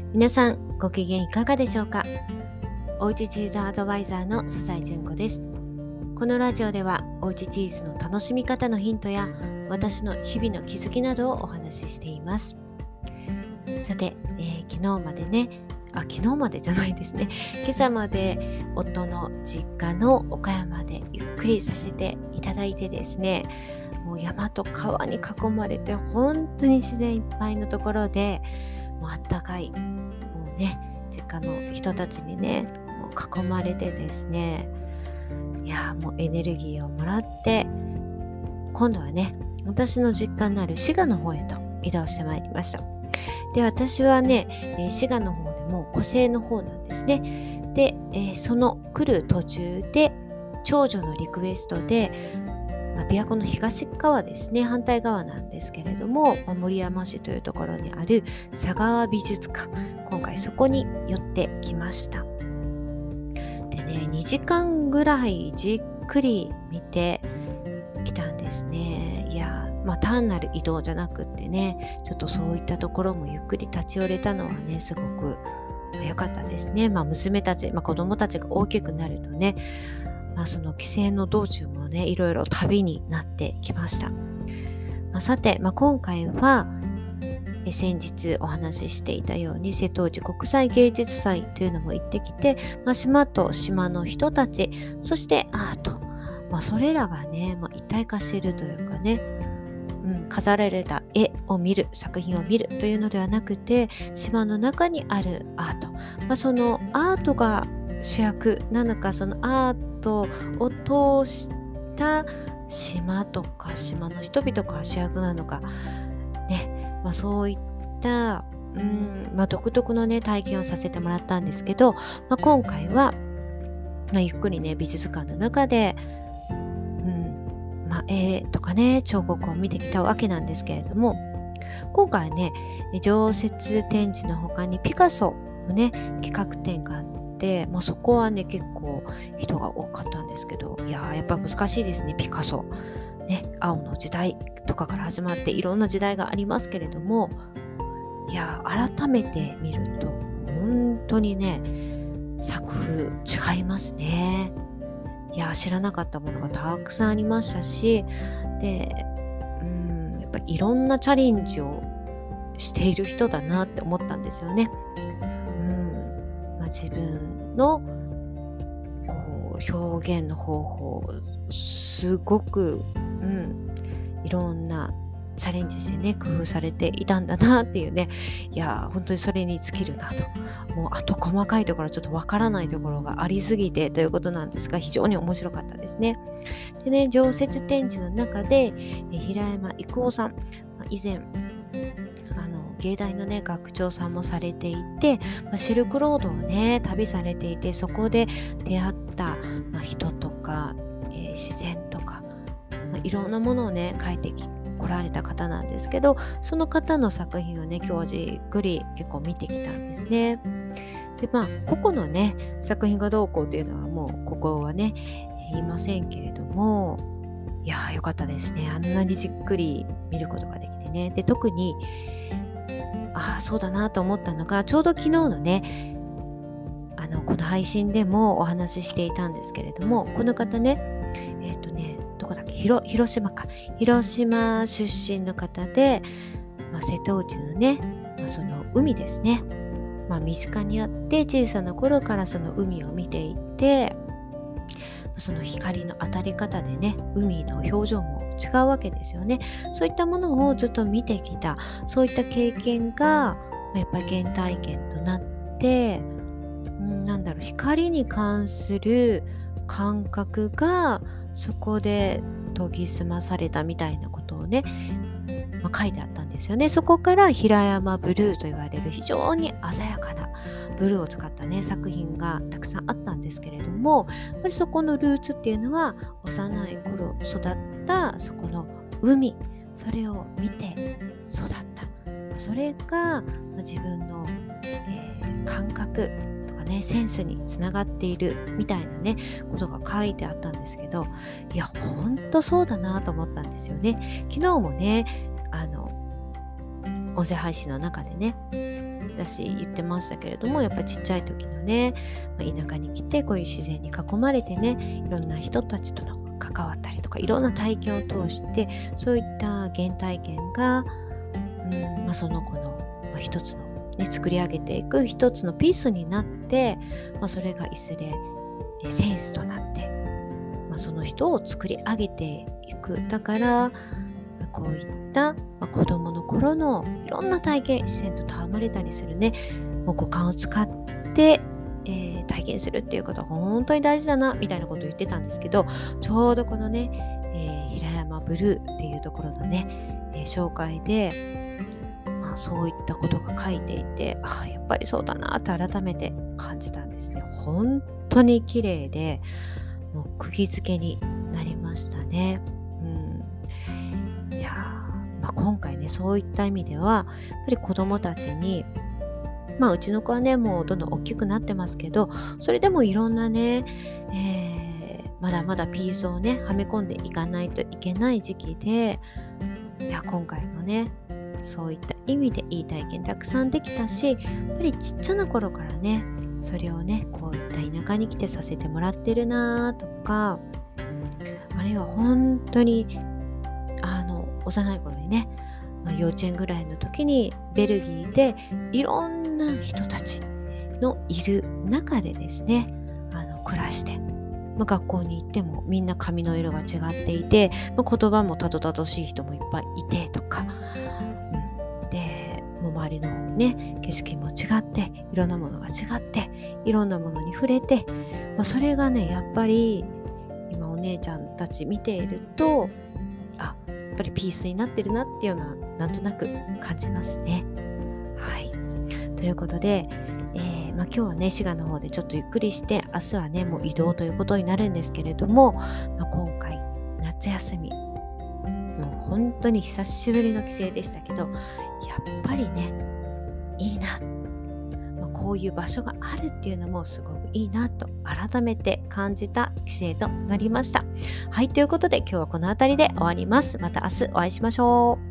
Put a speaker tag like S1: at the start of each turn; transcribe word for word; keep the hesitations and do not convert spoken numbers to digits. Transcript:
S1: 皆さんご機嫌いかがでしょうか。おうちチーズアドバイザーの笹井純子です。このラジオではおうちチーズの楽しみ方のヒントや私の日々の気づきなどをお話ししています。さて、えー、昨日までねあ昨日までじゃないですね今朝まで夫の実家の岡山でゆっくりさせていただいてですね、もう山と川に囲まれて本当に自然いっぱいのところで、もうあったかいもうね実家の人たちにねもう囲まれてですね、いやもうエネルギーをもらって、今度はね私の実家のある滋賀の方へと移動してまいりました。で、私はね、えー滋賀の方でも湖西の方なんですね。で、えーその来る途中で長女のリクエストで、まあ、琵琶湖の東側ですね、反対側なんですけれども、まあ森山市というところにある佐川美術館、今回そこに寄ってきました。でね、にじかんぐらいじっくり見てきたんですね。いや、まあ単なる移動じゃなくってね、ちょっとそういったところもゆっくり立ち寄れたのはね、すごく良かったですね。まあ娘たち、まあ子供たちが大きくなるとね、まあその帰省の道中もね、いろいろ旅になってきました。まあ、さて、まあ、今回はえ先日お話ししていたように瀬戸内国際芸術祭というのも行ってきて、まあ、島と島の人たち、そしてアート、まあ、それらがね、まあ、一体化しているというかね、うん、飾られた絵を見る、作品を見るというのではなくて、島の中にあるアート、まあ、そのアートが主役なのか、そのアートを通した島とか島の人々が主役なのかね、まあ、そういったうん、まあ、独特のね体験をさせてもらったんですけど、まあ、今回は、まあ、ゆっくりね美術館の中で、うんまあ、絵とかね彫刻を見てきたわけなんですけれども、今回ね常設展示の他にピカソのね企画展があって、まあ、そこはね結構人が多かったんですけど、いやーやっぱ難しいですね。ピカソね、青の時代とかから始まっていろんな時代がありますけれども、いやー改めて見ると本当にね作風違いますね。いやー知らなかったものがたくさんありましたし、でうんやっぱいろんなチャレンジをしている人だなって思ったんですよね。うんまあ、自分のこう表現の方法すごく、うん、いろんなチャレンジしてね工夫されていたんだなっていうね、いや本当にそれに尽きるなと、もうあと細かいところちょっとわからないところがありすぎてということなんですが、非常に面白かったですね。でね、常設展示の中でえ平山郁夫さん、まあ以前あの芸大のね学長さんもされていて、まあ、シルクロードをね旅されていて、そこで出会った、まあ、人とか、えー自然とか、まあ、いろんなものをね描いてき来られた方なんですけど、その方の作品をね今日はじっくり結構見てきたんですね。でまあ個々のね作品がどうこうっていうのはもうここはね言いませんけれども、いやーよかったですね。あんなにじっくり見ることができてね。で特にああそうだなと思ったのが、ちょうど昨日のねあのこの配信でもお話ししていたんですけれども、この方ねえっ、とねどこだっけ、広広島か広島出身の方で、まあ、瀬戸内のね、まあ、その海ですね、まあ、身近にあって小さな頃からその海を見ていて、その光の当たり方でね海の表情も違うわけですよね。そういったものをずっと見てきた、そういった経験がやっぱり原体験となって、うんなんだろう、光に関する感覚がそこで研ぎ澄まされたみたいなことをね、まあ、書いてあったんですよね。そこから平山ブルーと言われる非常に鮮やかなブルーを使ったね作品がたくさんあったんですけれども、やっぱりそこのルーツっていうのは幼い頃育ったそこの海、それを見て育った、それが自分の、えー感覚とかねセンスにつながっているみたいなねことが書いてあったんですけど、いやほんとそうだなと思ったんですよね。昨日もねあの音声配信の中でね私言ってましたけれども、やっぱりちっちゃい時のね、まあ、田舎に来てこういう自然に囲まれてね、いろんな人たちとの関わったりとか、いろんな体験を通して、そういった原体験が、うんまあ、その子の、まあ、一つの、ね、作り上げていく一つのピースになって、まあ、それがいずれえセンスとなって、まあ、その人を作り上げていく。だからこういった、まあ、子供の頃のいろんな体験、自然と戯れたりするね、もう五感を使って、えー体験するっていうことは本当に大事だなみたいなことを言ってたんですけど、ちょうどこのね、えー平山ブルーっていうところのね、えー紹介で、まあ、そういったことが書いていて、ああやっぱりそうだなって改めて感じたんですね。本当に綺麗で、もう釘付けになりましたね。うん、いやー、まあ、今回ね、そういった意味ではやっぱり子どもたちに、まあ、うちの子はねもうどんどん大きくなってますけど、それでもいろんなね、えーまだまだピースをねはめ込んでいかないといけない時期で、いや今回もねそういった意味でいい体験たくさんできたし、やっぱりちっちゃな頃からねそれをねこういった田舎に来てさせてもらってるなとか、あるいは本当にあの幼い頃にね、まあ、幼稚園ぐらいの時にベルギーでいろんな人たちのいる中でですね、あの暮らして、まあ、学校に行ってもみんな髪の色が違っていて、まあ、言葉もたどたどしい人もいっぱいいてとか、うん、でもう周りのね景色も違って、いろんなものが違って、いろんなものに触れて、まあ、それがねやっぱり今お姉ちゃんたち見ていると、あやっぱりピースになってるなっていうのはなんとなく感じますね。はい、ということで、えーまあ、今日はね滋賀の方でちょっとゆっくりして、明日はねもう移動ということになるんですけれども、まあ、今回夏休みもう本当に久しぶりの帰省でしたけど、やっぱりねいいな、まあ、こういう場所があるっていうのもすごくいいなと改めて感じた帰省となりました。はい、ということで今日はこの辺りで終わります。また明日お会いしましょう。